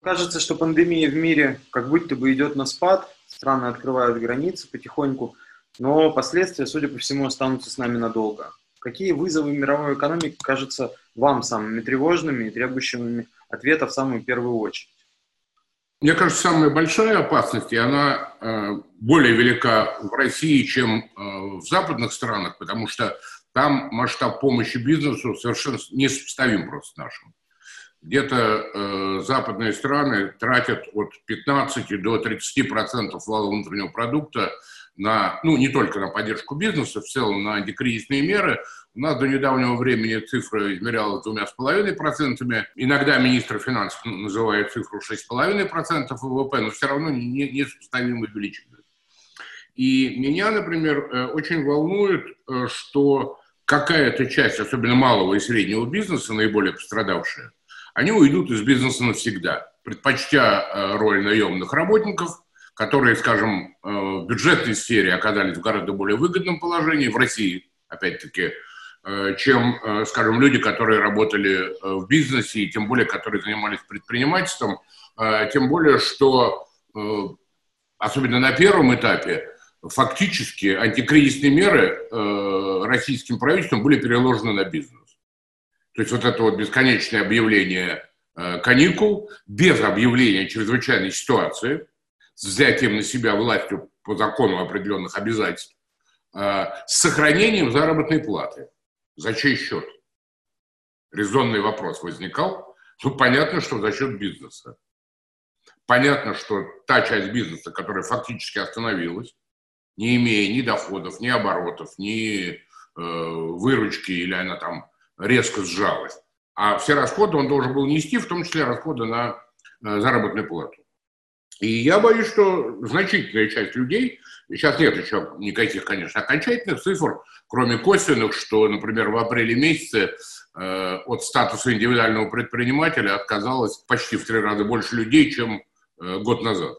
Кажется, что пандемия в мире как будто бы идет на спад, страны открывают границы потихоньку, но последствия, судя по всему, останутся с нами надолго. Какие вызовы мировой экономики кажутся вам самыми тревожными и требующими ответа в самую первую очередь? Мне кажется, самая большая опасность, и она более велика в России, чем в западных странах, потому что там масштаб помощи бизнесу совершенно несопоставим просто с нашим. Где-то западные страны тратят от 15 до 30% валового внутреннего продукта на, ну, не только на поддержку бизнеса, в целом на антикризисные меры. У нас до недавнего времени цифра измерялась 2,5%. Иногда министр финансов называет цифру 6,5% ВВП, но все равно несопоставимой величины. И меня, например, очень волнует, что какая-то часть, особенно малого и среднего бизнеса, наиболее пострадавшая, они уйдут из бизнеса навсегда, предпочтя роль наемных работников, которые, скажем, в бюджетной сфере оказались в гораздо более выгодном положении, в России, опять-таки, чем, скажем, люди, которые работали в бизнесе, и тем более, которые занимались предпринимательством, тем более, что, особенно на первом этапе, фактически антикризисные меры российским правительством были переложены на бизнес. То есть вот это вот бесконечное объявление каникул, без объявления чрезвычайной ситуации, с взятием на себя властью по закону определенных обязательств, с сохранением заработной платы. За чей счет? Резонный вопрос возникал. Ну, понятно, что за счет бизнеса. Понятно, что та часть бизнеса, которая фактически остановилась, не имея ни доходов, ни оборотов, ни выручки, или она там резко сжалась. А все расходы он должен был нести, в том числе расходы на заработную плату. И я боюсь, что значительная часть людей, сейчас нет еще никаких, конечно, окончательных цифр, кроме косвенных, что, например, в апреле месяце от статуса индивидуального предпринимателя отказалось почти в 3 раза больше людей, чем год назад.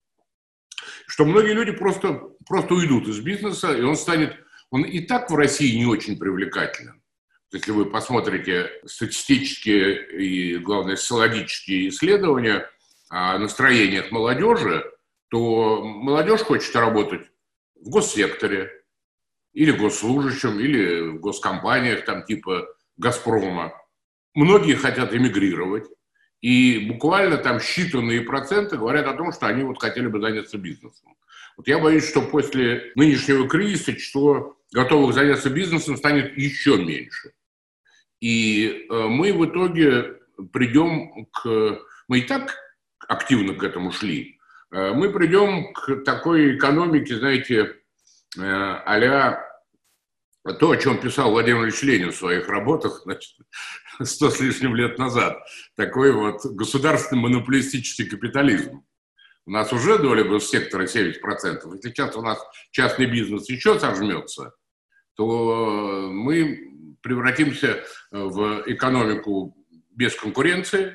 Что многие люди просто уйдут из бизнеса, и он и так в России не очень привлекателен. Если вы посмотрите статистические и, главное, социологические исследования о настроениях молодежи, то молодежь хочет работать в госсекторе, или госслужащим, или в госкомпаниях, там типа «Газпрома». Многие хотят эмигрировать, и буквально там считанные проценты говорят о том, что они вот хотели бы заняться бизнесом. Вот я боюсь, что после нынешнего кризиса число готовых заняться бизнесом станет еще меньше. И мы в итоге придем мы и так активно к этому шли, мы придем к такой экономике, знаете, а-ля то, о чем писал Владимир Ильич Ленин в своих работах, значит, 100 с лишним лет назад. Такой вот государственный монополистический капитализм. У нас уже доля госсектора 7%. Если сейчас у нас частный бизнес еще сожмется, то мы превратимся в экономику без конкуренции,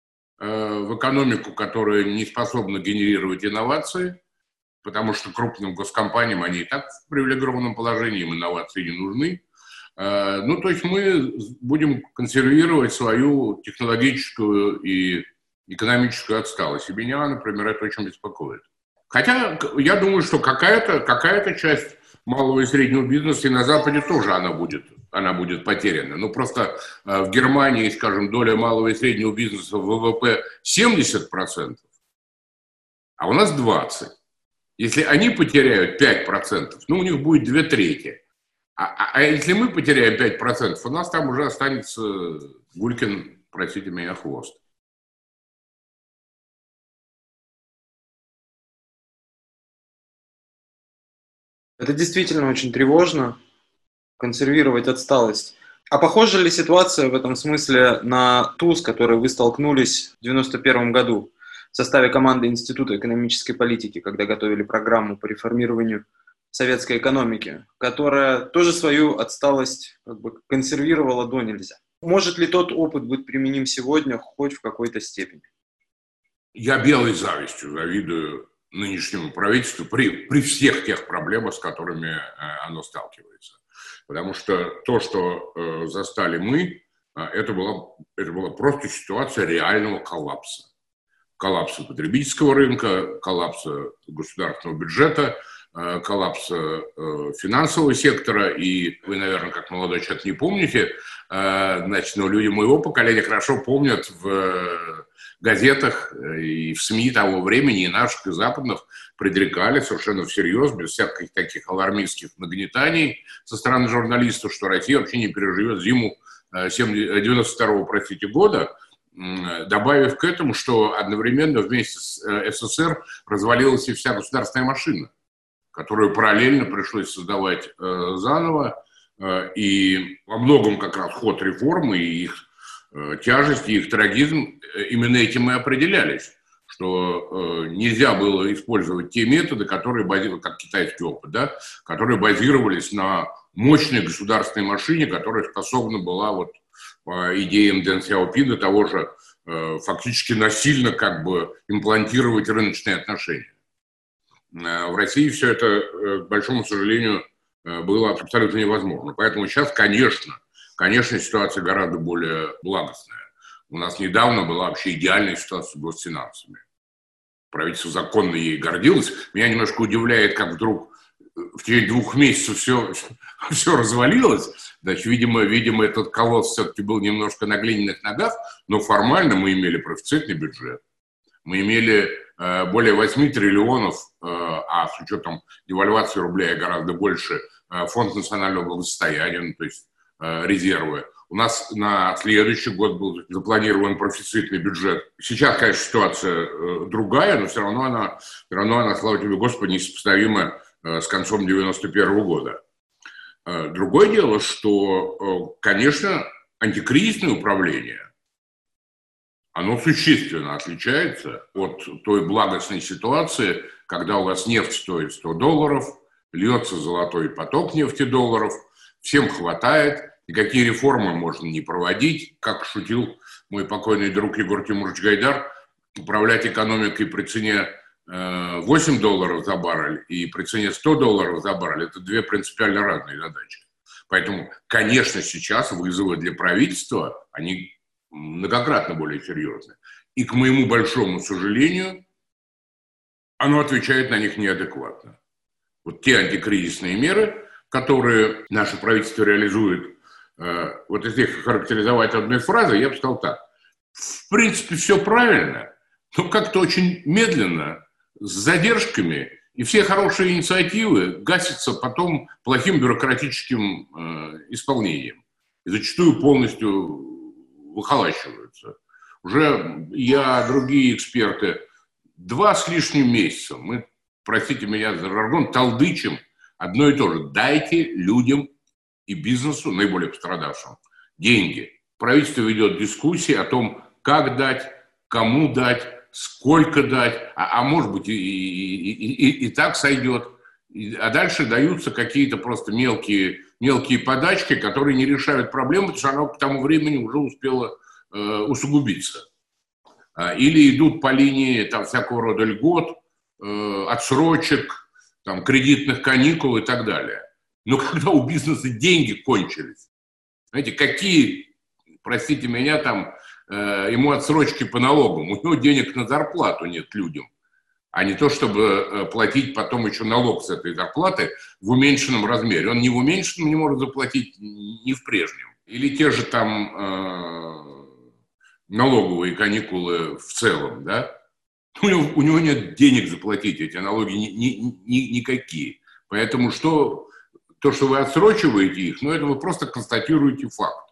в экономику, которая не способна генерировать инновации, потому что крупным госкомпаниям они и так в привилегированном положении, им инновации не нужны. Ну, то есть мы будем консервировать свою технологическую и экономическую отсталость. И меня, например, это очень беспокоит. Хотя я думаю, что какая-то часть малого и среднего бизнеса и на Западе тоже она будет потеряна. Ну, просто в Германии, скажем, доля малого и среднего бизнеса в ВВП 70%, а у нас 20%. Если они потеряют 5%, ну, у них будет 2/3. А если мы потеряем 5%, у нас там уже останется Гулькин, простите меня, хвост. Это действительно очень тревожно, консервировать отсталость. А похожа ли ситуация в этом смысле на ту, с которой вы столкнулись в 1991 году в составе команды Института экономической политики, когда готовили программу по реформированию советской экономики, которая тоже свою отсталость консервировала до нельзя? Может ли тот опыт быть применим сегодня хоть в какой-то степени? Я белой завистью завидую нынешнему правительству при всех тех проблемах, с которыми оно сталкивается. Потому что то, что застали мы, это была просто ситуация реального коллапса. коллапса потребительского рынка, коллапса государственного бюджета, коллапса финансового сектора. И вы, наверное, как молодой человек не помните, значит, но люди моего поколения хорошо помнят в газетах и в СМИ того времени, и наших, и западных, предрекали совершенно всерьез, без всяких таких алармистских нагнетаний со стороны журналистов, что Россия вообще не переживет зиму 92-го, простите, года, добавив к этому, что одновременно вместе с СССР развалилась и вся государственная машина, которую параллельно пришлось создавать заново, и во многом как раз ход реформы и их тяжесть, и их трагизм именно этим и определялись, что нельзя было использовать те методы, которые базировались, как китайский опыт, да, которые базировались на мощной государственной машине, которая способна была вот по идеям Дэн Сяопина того же фактически насильно как бы имплантировать рыночные отношения. В России все это, к большому сожалению, было абсолютно невозможно. Поэтому сейчас, конечно, ситуация гораздо более благостная. У нас недавно была вообще идеальная ситуация с госфинансами. Правительство законно ей гордилось. Меня немножко удивляет, как вдруг в течение 2 месяцев все развалилось. Значит, видимо, этот колосс все-таки был немножко на глиняных ногах, но формально мы имели профицитный бюджет. Мы имели более 8 триллионов, а с учетом девальвации рубля гораздо больше, фонд национального благосостояния, ну, то есть резервы. У нас на следующий год был запланирован профицитный бюджет. Сейчас, конечно, ситуация другая, но все равно она, слава тебе, Господи, несопоставима с концом 91 года. Другое дело, что, конечно, антикризисное управление, оно существенно отличается от той благостной ситуации, когда у вас нефть стоит $100, льется золотой поток нефтедолларов, всем хватает, никакие реформы можно не проводить. Как шутил мой покойный друг Егор Тимурович Гайдар, управлять экономикой при цене $8 за баррель и при цене $100 за баррель – это 2 принципиально разные задачи. Поэтому, конечно, сейчас вызовы для правительства, они многократно более серьезны. И, к моему большому сожалению, оно отвечает на них неадекватно. Вот те антикризисные меры, которые наше правительство реализует, вот если их характеризовать одной фразой, я бы сказал так. В принципе, все правильно, но как-то очень медленно, с задержками, и все хорошие инициативы гасятся потом плохим бюрократическим исполнением. И зачастую полностью выхолащиваются. Уже я, другие эксперты, 2 с лишним месяца мы, простите меня за жаргон, толдычим одно и то же. Дайте людям и бизнесу, наиболее пострадавшим, деньги. Правительство ведет дискуссии о том, как дать, кому дать, сколько дать, а может быть и так сойдет. А дальше даются какие-то просто мелкие подачки, которые не решают проблему, потому что она к тому времени уже успела усугубиться. Или идут по линии там, всякого рода льгот, отсрочек, там, кредитных каникул и так далее. Но когда у бизнеса деньги кончились, знаете, какие, простите меня, там, ему отсрочки по налогам, у него денег на зарплату нет людям, а не то, чтобы платить потом еще налог с этой зарплаты в уменьшенном размере. Он ни в уменьшенном не может заплатить, ни в прежнем. Или те же там налоговые каникулы в целом, да? У него нет денег заплатить эти налоги никакие. Поэтому то, что вы отсрочиваете их, это вы просто констатируете факт,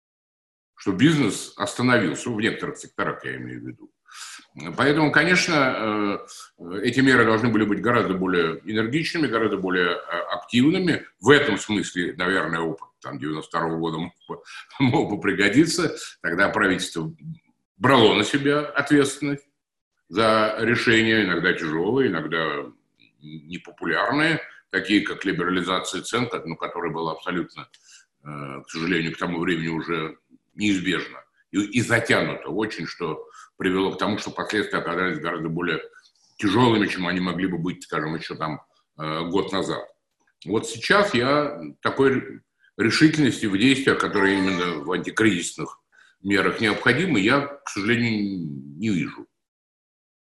что бизнес остановился, в некоторых секторах я имею в виду. Поэтому, конечно, эти меры должны были быть гораздо более энергичными, гораздо более активными. В этом смысле, наверное, опыт 92 года мог бы пригодиться. Тогда правительство брало на себя ответственность за решения, иногда тяжелые, иногда непопулярные, такие как либерализация цен, которая была абсолютно, к сожалению, к тому времени уже неизбежна и затянута очень, что привело к тому, что последствия оказались гораздо более тяжелыми, чем они могли бы быть, скажем, еще там год назад. Вот сейчас я такой решительности в действиях, которые именно в антикризисных мерах необходимы, я, к сожалению, не вижу.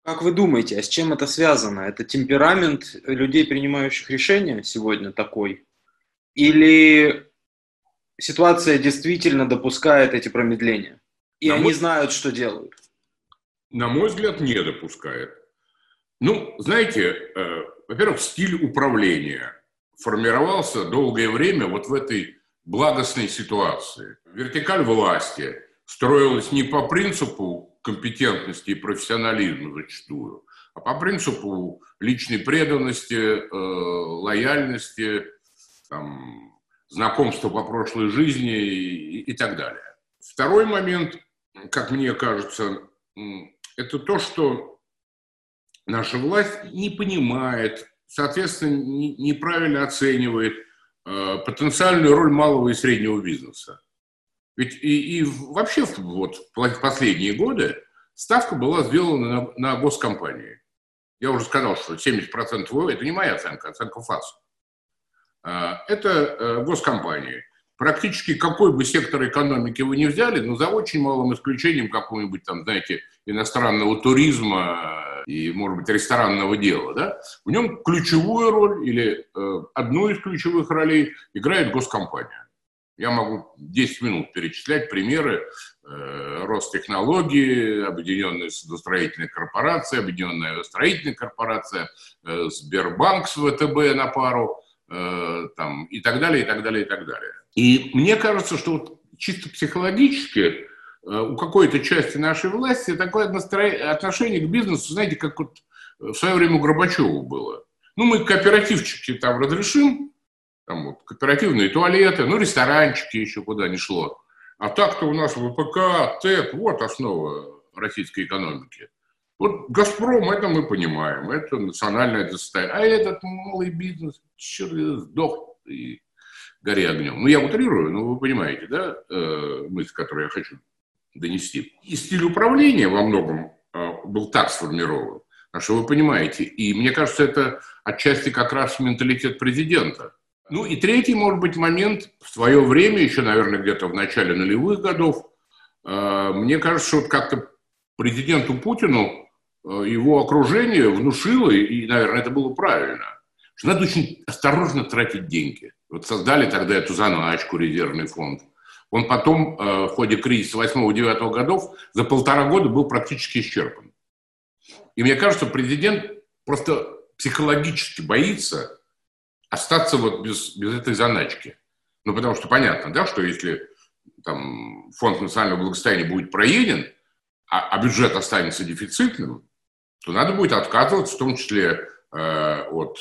Как вы думаете, а с чем это связано? Это темперамент людей, принимающих решения сегодня такой? Или ситуация действительно допускает эти промедления? И На они мой, знают, что делают? на мой взгляд, не допускает. Ну, знаете, во-первых, стиль управления формировался долгое время вот в этой благостной ситуации. Вертикаль власти строилась не по принципу компетентности и профессионализма зачастую, а по принципу личной преданности, лояльности, там, знакомства по прошлой жизни и так далее. Второй момент, как мне кажется, это то, что наша власть не понимает, соответственно, неправильно оценивает потенциальную роль малого и среднего бизнеса. Ведь и вообще вот, в последние годы ставка была сделана на госкомпании. Я уже сказал, что 70% это не моя оценка, оценка ФАС. Это госкомпании. Практически какой бы сектор экономики вы ни взяли, но за очень малым исключением какого-нибудь там, знаете, иностранного туризма и, может быть, ресторанного дела, да, в нем ключевую роль или одну из ключевых ролей играет госкомпания. Я могу 10 минут перечислять примеры: Ростехнологии, Объединенная судостроительная корпорация, Объединенная строительная корпорация, Сбербанк с ВТБ на пару, там, и так далее, и так далее, и так далее. И мне кажется, что вот чисто психологически у какой-то части нашей власти такое отношение к бизнесу, знаете, как вот в свое время у Горбачева было. Ну, мы кооперативчики там разрешим, там вот кооперативные туалеты, ну, ресторанчики еще куда ни шло. А так-то у нас ВПК, ТЭК, вот основа российской экономики. Вот «Газпром», это мы понимаем, это национальное достояние. А этот малый бизнес, черт, сдох и гори огнем. Ну, я утрирую, но вы понимаете, да, мысль, которую я хочу донести. И стиль управления во многом был так сформирован, что вы понимаете. И мне кажется, это отчасти как раз менталитет президента. Ну и третий, может быть, момент. В свое время, еще, наверное, где-то в начале нулевых годов, мне кажется, что вот как-то президенту Путину его окружение внушило, и, наверное, это было правильно, что надо очень осторожно тратить деньги. Вот создали тогда эту заначку, резервный фонд. Он потом в ходе кризиса 8-9 годов за 1,5 года был практически исчерпан. И мне кажется, президент просто психологически боится остаться вот без этой заначки. Ну, потому что понятно, да, что если там фонд национального благосостояния будет проеден, а бюджет останется дефицитным, то надо будет отказываться, в том числе от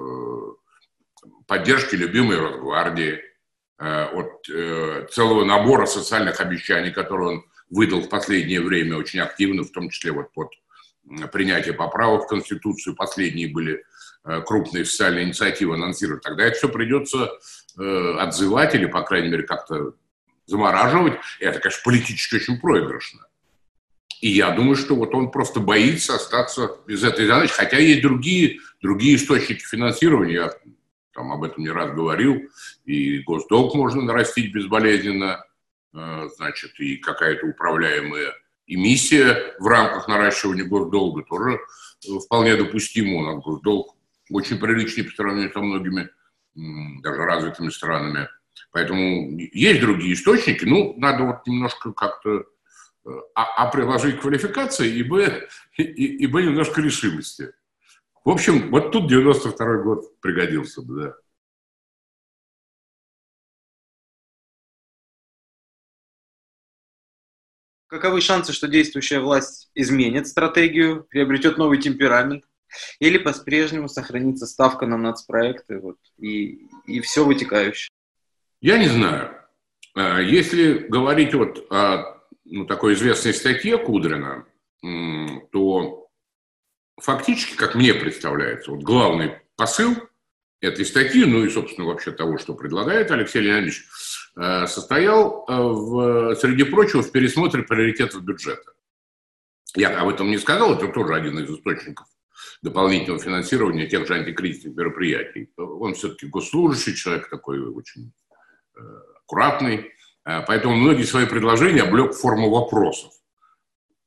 поддержки любимой Росгвардии, от целого набора социальных обещаний, которые он выдал в последнее время очень активно, в том числе вот под принятие поправок в Конституцию. Последние были крупные социальные инициативы анонсировать. Тогда это все придется отзывать или, по крайней мере, как-то замораживать. И это, конечно, политически очень проигрышно. И я думаю, что вот он просто боится остаться без этой задачи. Хотя есть другие источники финансирования. Я там об этом не раз говорил. И госдолг можно нарастить безболезненно. Значит, и какая-то управляемая эмиссия в рамках наращивания госдолга тоже вполне допустима. У нас госдолг очень приличный по сравнению со многими даже развитыми странами. Поэтому есть другие источники. Ну, надо вот немножко как-то приложить квалификации и немножко решимости. В общем, вот тут 92-й год пригодился бы, да. Каковы шансы, что действующая власть изменит стратегию, приобретет новый темперамент, или по-прежнему сохранится ставка на нацпроекты вот, и все вытекающее? Я не знаю. Если говорить вот о такой известной статье Кудрина, то фактически, как мне представляется, вот главный посыл этой статьи, ну и, собственно, вообще того, что предлагает Алексей Леонидович, состоял, среди прочего, в пересмотре приоритетов бюджета. Я об этом не сказал, это тоже один из источников дополнительного финансирования тех же антикризисных мероприятий. Он все-таки госслужащий, человек такой очень аккуратный, поэтому многие свои предложения облег в форму вопросов.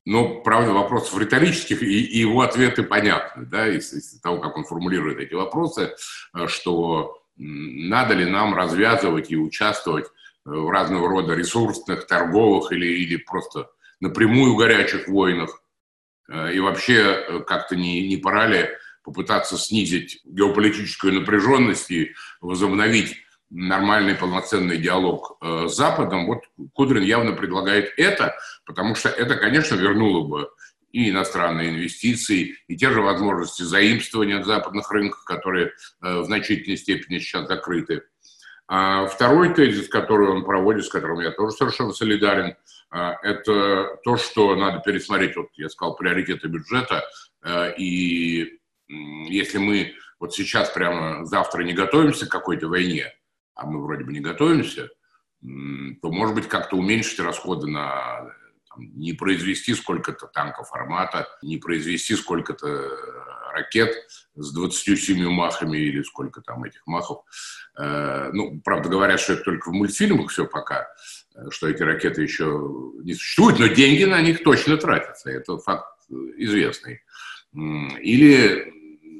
Но, правда, вопросов риторических, и его ответы понятны, да, из того, как он формулирует эти вопросы, что надо ли нам развязывать и участвовать в разного рода ресурсных, торговых или просто напрямую горячих войнах. И вообще как-то не пора ли попытаться снизить геополитическую напряженность и возобновить нормальный полноценный диалог с Западом. Вот Кудрин явно предлагает это, потому что это, конечно, вернуло бы и иностранные инвестиции, и те же возможности заимствования от западных рынков, которые в значительной степени сейчас закрыты. А второй тезис, который он проводит, с которым я тоже совершенно солидарен, это то, что надо пересмотреть, вот я сказал, приоритеты бюджета, и если мы вот сейчас прямо завтра не готовимся к какой-то войне, а мы вроде бы не готовимся, то, может быть, как-то уменьшить расходы на не произвести сколько-то танков «Армата», не произвести сколько-то ракет с 27 махами или сколько там этих махов. Ну, правда, говорят, что это только в мультфильмах все пока, что эти ракеты еще не существуют, но деньги на них точно тратятся. Это факт известный. Или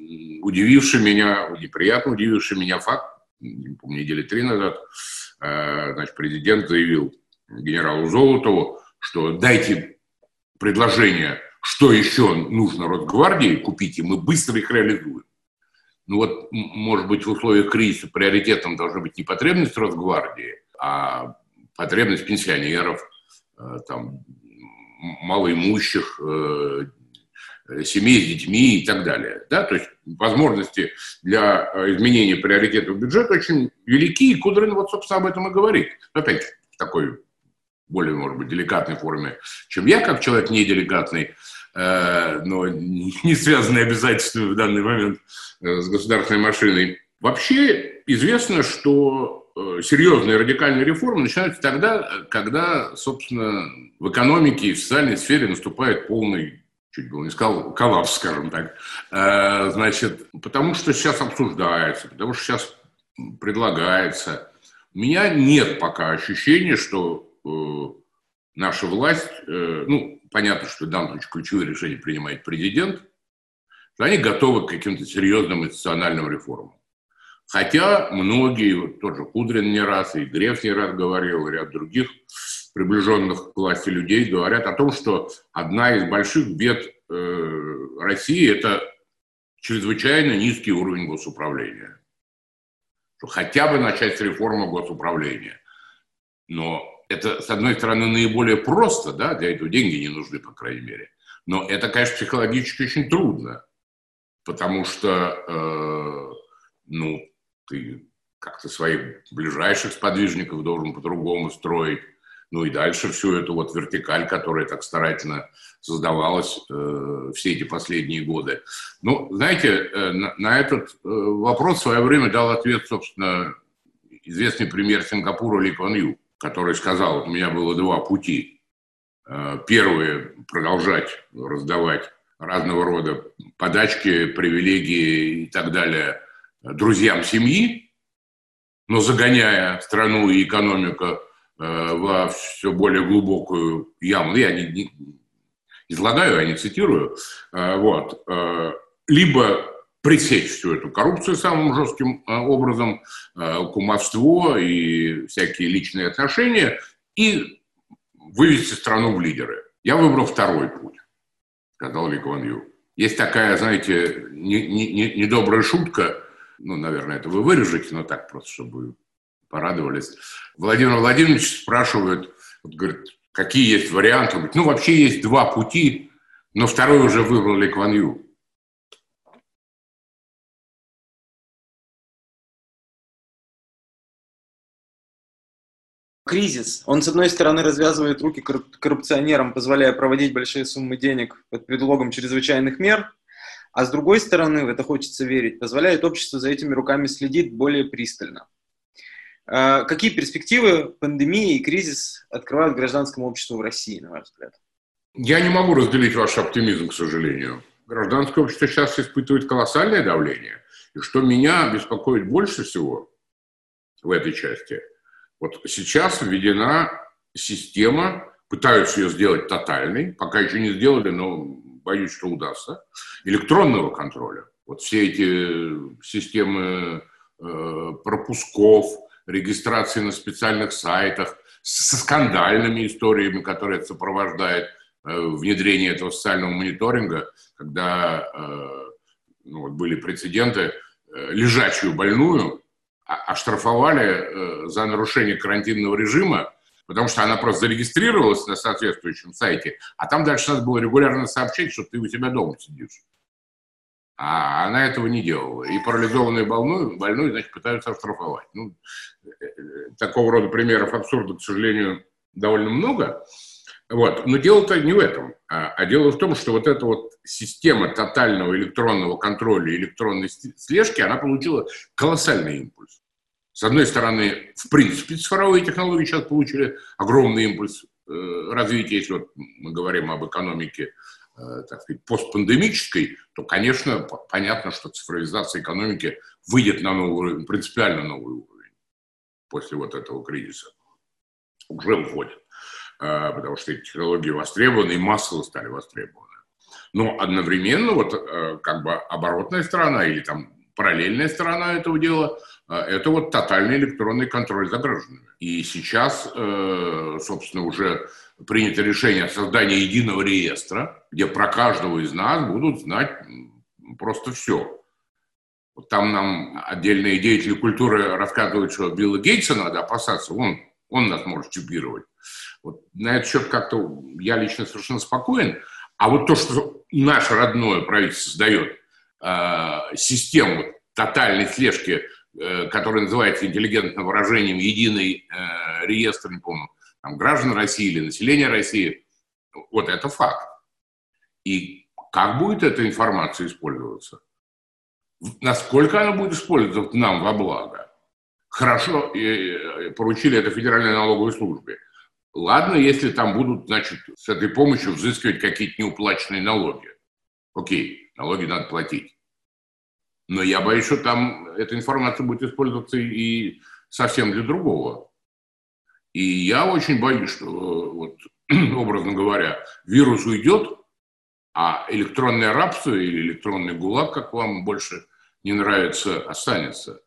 неприятно удививший меня факт, не помню, недели 3 назад, значит, президент заявил генералу Золотову, что дайте предложение, что еще нужно Росгвардии купить, и мы быстро их реализуем. Ну вот, может быть, в условиях кризиса приоритетом должна быть не потребность Росгвардии, а потребность пенсионеров, там, малоимущих, семей с детьми и так далее. Да? То есть возможности для изменения приоритетов бюджета очень велики, и Кудрин вот, собственно, об этом и говорит. Опять в такой более, может быть, деликатной форме, чем я, как человек неделикатный, но не связанный обязательствами в данный момент с государственной машиной. Вообще известно, что серьезные радикальные реформы начинаются тогда, когда, собственно, в экономике и в социальной сфере наступает полный, чуть было не сказал, коллапс, скажем так. Значит, потому что сейчас обсуждается, потому что сейчас предлагается. У меня нет пока ощущения, что наша власть, ну, понятно, что в данном случае ключевые решения принимает президент, что они готовы к каким-то серьезным институциональным реформам. Хотя многие, вот тот же Кудрин не раз, и Греф не раз говорил, и ряд других приближенных к власти людей говорят о том, что одна из больших бед России – это чрезвычайно низкий уровень госуправления. Что хотя бы начать с реформы госуправления. Но это, с одной стороны, наиболее просто, да, для этого деньги не нужны, по крайней мере. Но это, конечно, психологически очень трудно, потому что, ну, ты как-то своих ближайших сподвижников должен по-другому строить. Ну и дальше всю эту вот вертикаль, которая так старательно создавалась все эти последние годы. Ну, знаете, на этот вопрос в свое время дал ответ, собственно, известный премьер Сингапура Ли Куан Ю, который сказал, у меня было два пути. Первый – продолжать раздавать разного рода подачки, привилегии и так далее друзьям семьи, но загоняя страну и экономику во все более глубокую яму. Я не излагаю, а не цитирую. Вот. Либо пресечь всю эту коррупцию самым жестким образом, кумовство и всякие личные отношения, и вывести страну в лидеры. Я выбрал второй путь, сказал Ли Куан Ю. Есть такая, знаете, недобрая шутка, ну, наверное, это вы вырежете, но так просто, чтобы вы порадовались. Владимир Владимирович спрашивает, вот, говорит, какие есть варианты? Он говорит, ну, вообще есть два пути, но второй уже выбрал Ли Куан Ю. Кризис. Он, с одной стороны, развязывает руки коррупционерам, позволяя проводить большие суммы денег под предлогом чрезвычайных мер, а с другой стороны, в это хочется верить, позволяет обществу за этими руками следить более пристально. Какие перспективы пандемии и кризис открывают гражданскому обществу в России, на ваш взгляд? Я не могу разделить ваш оптимизм, к сожалению. Гражданское общество сейчас испытывает колоссальное давление. И что меня беспокоит больше всего в этой части, вот сейчас введена система пытаются ее сделать тотальной, пока еще не сделали, но боюсь, что удастся, электронного контроля. Вот все эти системы пропусков, регистрации на специальных сайтах, со скандальными историями, которые сопровождают внедрение этого социального мониторинга, когда вот были прецеденты, лежачую больную оштрафовали за нарушение карантинного режима, потому что она просто зарегистрировалась на соответствующем сайте, а там дальше надо было регулярно сообщать, что ты у себя дома сидишь. А она этого не делала. И парализованную больную, значит, пытаются оштрафовать. Ну, такого рода примеров абсурда, к сожалению, довольно много. Вот. Но дело-то не в этом. А дело в том, что вот эта вот система тотального электронного контроля, электронной слежки, она получила колоссальный импульс. С одной стороны, в принципе, цифровые технологии сейчас получили огромный импульс развития. Если вот мы говорим об экономике, так сказать, постпандемической, то, конечно, понятно, что цифровизация экономики выйдет на новый уровень, принципиально новый уровень после вот этого кризиса. Уже уходит, потому что эти технологии востребованы и массово стали востребованы. Но одновременно вот как бы оборотная сторона или там параллельная сторона этого дела – это вот тотальный электронный контроль за гражданами. И сейчас, собственно, уже принято решение о создании единого реестра, где про каждого из нас будут знать просто все. Вот там нам отдельные деятели культуры рассказывают, что Билла Гейтса надо опасаться, он нас может чипировать. Вот на этот счет как-то я лично совершенно спокоен. А вот то, что наше родное правительство создает систему тотальной слежки, которая называется интеллигентным выражением «единый реестр», не помню, там, граждан России или населения России, вот это факт. И как будет эта информация использоваться? Насколько она будет использоваться нам во благо? Хорошо, поручили это Федеральной налоговой службе. Ладно, если там будут, значит, с этой помощью взыскивать какие-то неуплаченные налоги. Окей, налоги надо платить. Но я боюсь, что там эта информация будет использоваться и совсем для другого. И я очень боюсь, что, вот, образно говоря, вирус уйдет, а электронное рабство или электронный ГУЛАГ, как вам больше не нравится, останется.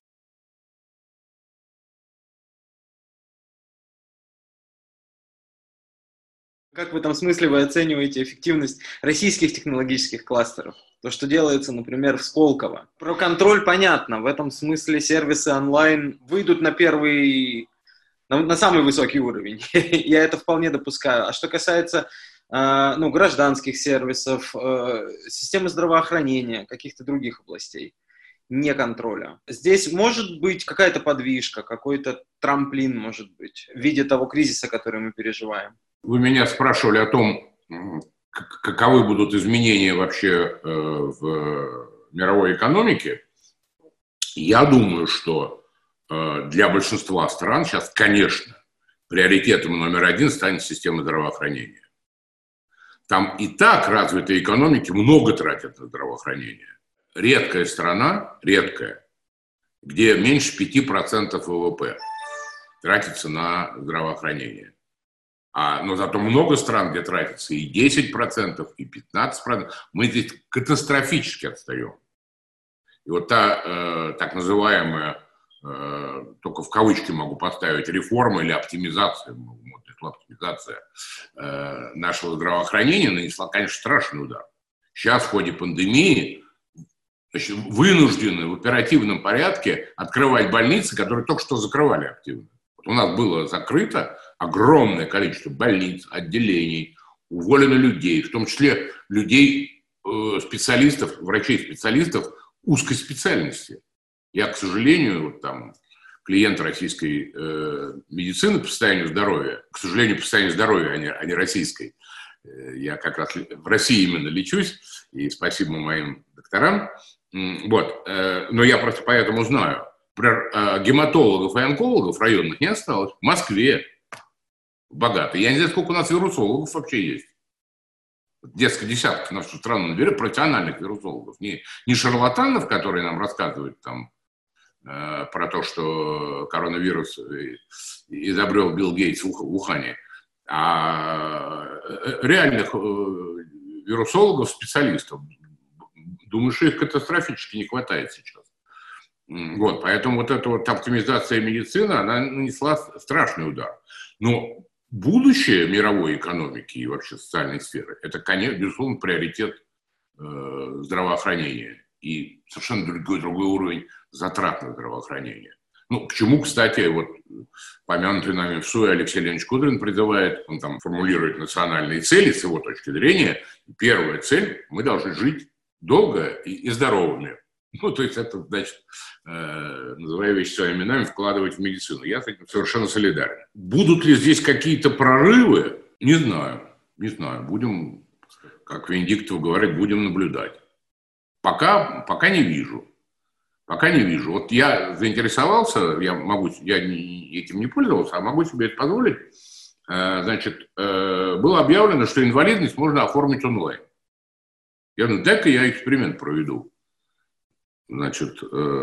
Как в этом смысле вы оцениваете эффективность российских технологических кластеров? То, что делается, например, в Сколково. Про контроль понятно. В этом смысле сервисы онлайн выйдут на самый высокий уровень. Я это вполне допускаю. А что касается гражданских сервисов, системы здравоохранения, каких-то других областей, не контроля. Здесь может быть какая-то подвижка, какой-то трамплин, может быть, в виде того кризиса, который мы переживаем. Вы меня спрашивали о том, каковы будут изменения вообще в мировой экономике. Я думаю, что для большинства стран сейчас, конечно, приоритетом номер один станет система здравоохранения. Там и так развитые экономики много тратят на здравоохранение. Редкая страна, где меньше 5% ВВП тратится на здравоохранение. Но зато много стран, где тратится и 10%, и 15%. Мы здесь катастрофически отстаем. И вот та так называемая, только в кавычки могу поставить, реформа или оптимизация, нашего здравоохранения нанесла, конечно, страшный удар. Сейчас в ходе пандемии вынуждены в оперативном порядке открывать больницы, которые только что закрывали активно. У нас было закрыто огромное количество больниц, отделений, уволено людей, в том числе людей, специалистов, врачей-специалистов узкой специальности. Я, к сожалению, вот там, клиент российской медицины по состоянию здоровья, к сожалению, по состоянию здоровья, а не российской. Я как раз в России именно лечусь, и спасибо моим докторам. Вот. Но я просто поэтому знаю. Гематологов и онкологов районных не осталось. В Москве богато. Я не знаю, сколько у нас вирусологов вообще есть. Несколько десятков нашу страну наберет профессиональных вирусологов. Не шарлатанов, которые нам рассказывают там про то, что коронавирус изобрел Билл Гейтс в Ухане, А реальных вирусологов, специалистов, думаю, что их катастрофически не хватает сейчас. Вот, поэтому вот эта вот оптимизация медицины, она нанесла страшный удар. Но будущее мировой экономики и вообще социальной сферы, это, конечно, безусловно, приоритет здравоохранения и совершенно другой уровень затрат на здравоохранение. Ну, к чему, кстати, вот помянутый нами в СУЭ Алексей Леонидович Кудрин призывает, он там формулирует национальные цели с его точки зрения. Первая цель – мы должны жить долго и здоровыми. Ну, то есть это, значит, называя вещи своими именами, вкладывать в медицину. Я с этим совершенно солидарен. Будут ли здесь какие-то прорывы? Не знаю. Не знаю. Будем, как Венедиктов говорит, будем наблюдать. Пока не вижу. Пока не вижу. Вот я заинтересовался, я этим не пользовался, а могу себе это позволить. Значит, было объявлено, что инвалидность можно оформить онлайн. Я говорю, дай-ка я эксперимент проведу. Значит,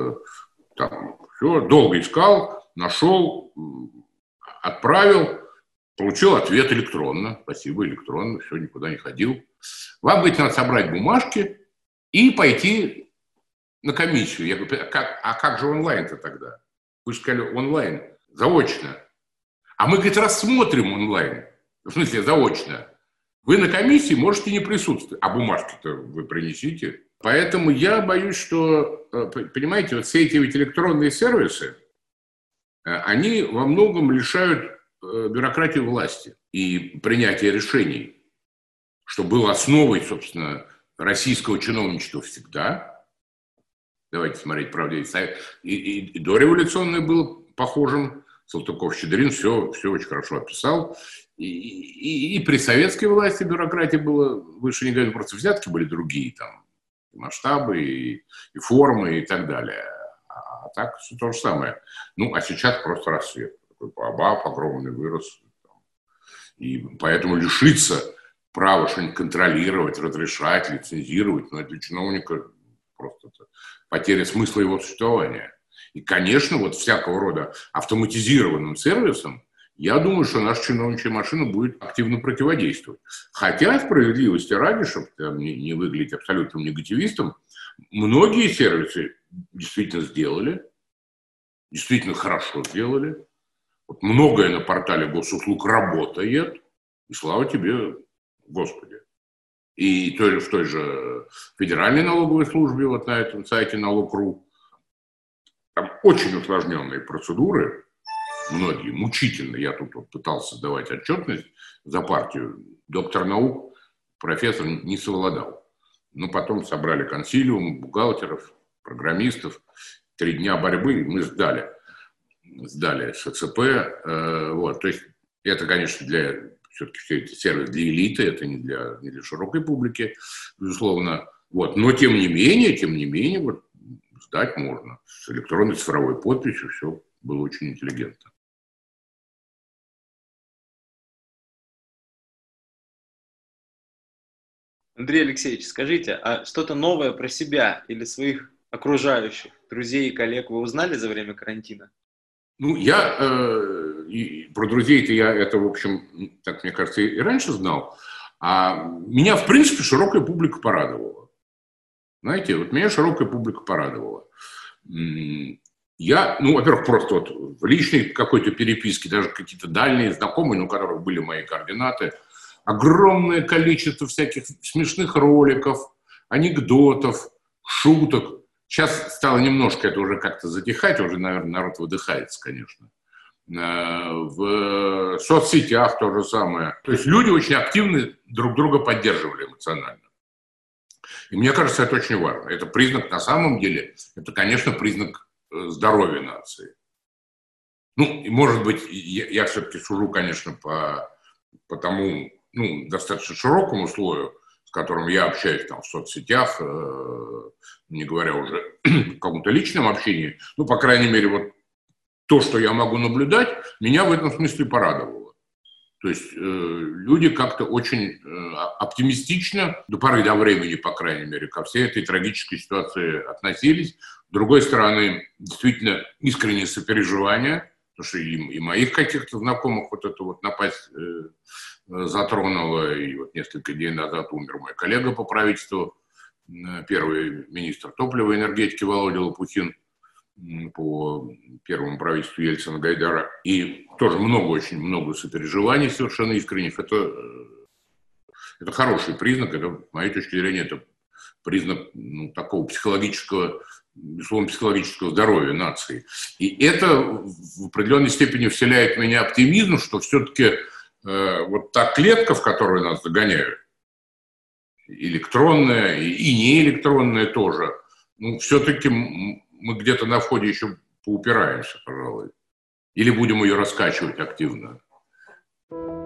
там все, долго искал, нашел, отправил, получил ответ электронно. Спасибо, электронно, все, никуда не ходил. Вам, говорит, надо собрать бумажки и пойти на комиссию. Я говорю, а как же онлайн-то тогда? Вы же сказали онлайн, заочно. А мы, говорит, рассмотрим онлайн. В смысле, заочно. Вы на комиссии можете не присутствовать, а бумажки-то вы принесите. Поэтому я боюсь, что, понимаете, вот все эти ведь электронные сервисы, они во многом лишают бюрократию власти и принятия решений, что было основой, собственно, российского чиновничества всегда. Давайте смотреть, правда, и дореволюционное было похожим. Салтыков-Щедрин все очень хорошо описал. И при советской власти бюрократия была выше, не говорю, просто взятки были другие там. Масштабы, и формы, и так далее. А так все то же самое. Ну, а сейчас просто рассвет. Такой бабах, огромный вырос. И поэтому лишиться права что-нибудь контролировать, разрешать, лицензировать, ну, это для чиновника просто потеря смысла его существования. И, конечно, вот всякого рода автоматизированным сервисом, я думаю, что наша чиновничья машина будет активно противодействовать. Хотя, справедливости ради, чтобы не выглядеть абсолютным негативистом, многие сервисы действительно сделали, действительно хорошо сделали. Вот многое на портале госуслуг работает, и слава тебе, Господи. И в той же Федеральной налоговой службе, вот на этом сайте налог.ру, там очень усложненные процедуры, многие, мучительно. Я тут вот пытался давать отчетность за партию. Доктор наук, профессор не совладал. Но потом собрали консилиум бухгалтеров, программистов. 3 дня борьбы мы сдали СЦП. Вот. То есть это, конечно, все-таки все эти сервисы для элиты, это не для широкой публики, безусловно. Вот. Но тем не менее, вот, сдать можно. С электронной цифровой подписью все было очень интеллигентно. Андрей Алексеевич, скажите, а что-то новое про себя или своих окружающих, друзей и коллег вы узнали за время карантина? Ну, про друзей-то я это, в общем, так мне кажется, и раньше знал. А меня, в принципе, широкая публика порадовала. Знаете, вот меня широкая публика порадовала. Я, во-первых, просто вот в личной какой-то переписке, даже какие-то дальние знакомые, у которых были мои координаты, огромное количество всяких смешных роликов, анекдотов, шуток. Сейчас стало немножко это уже как-то затихать, уже, наверное, народ выдыхается, конечно. В соцсетях то же самое. То есть люди очень активно друг друга поддерживали эмоционально. И мне кажется, это очень важно. Это признак, на самом деле, это, конечно, признак здоровья нации. Ну, и, может быть, я все-таки сужу, конечно, по тому, достаточно широкому слою, с которым я общаюсь там в соцсетях, не говоря уже о каком-то личном общении, по крайней мере, вот то, что я могу наблюдать, меня в этом смысле порадовало. То есть люди как-то очень оптимистично, до поры до времени, по крайней мере, ко всей этой трагической ситуации относились. С другой стороны, действительно искреннее сопереживание. потому что и моих каких-то знакомых вот это вот напасть затронуло, и вот несколько дней назад умер мой коллега по правительству, первый министр топлива и энергетики Володя Лопухин по первому правительству Ельцина-Гайдара. И тоже очень много сопереживаний совершенно искренних. Это хороший признак, это, с моей точки зрения, это признак такого психологического, безусловно, психологического здоровья нации. И это в определенной степени вселяет в меня оптимизм, что все-таки вот та клетка, в которую нас загоняют, электронная и неэлектронная тоже, все-таки мы где-то на входе еще поупираемся, пожалуй. Или будем ее раскачивать активно.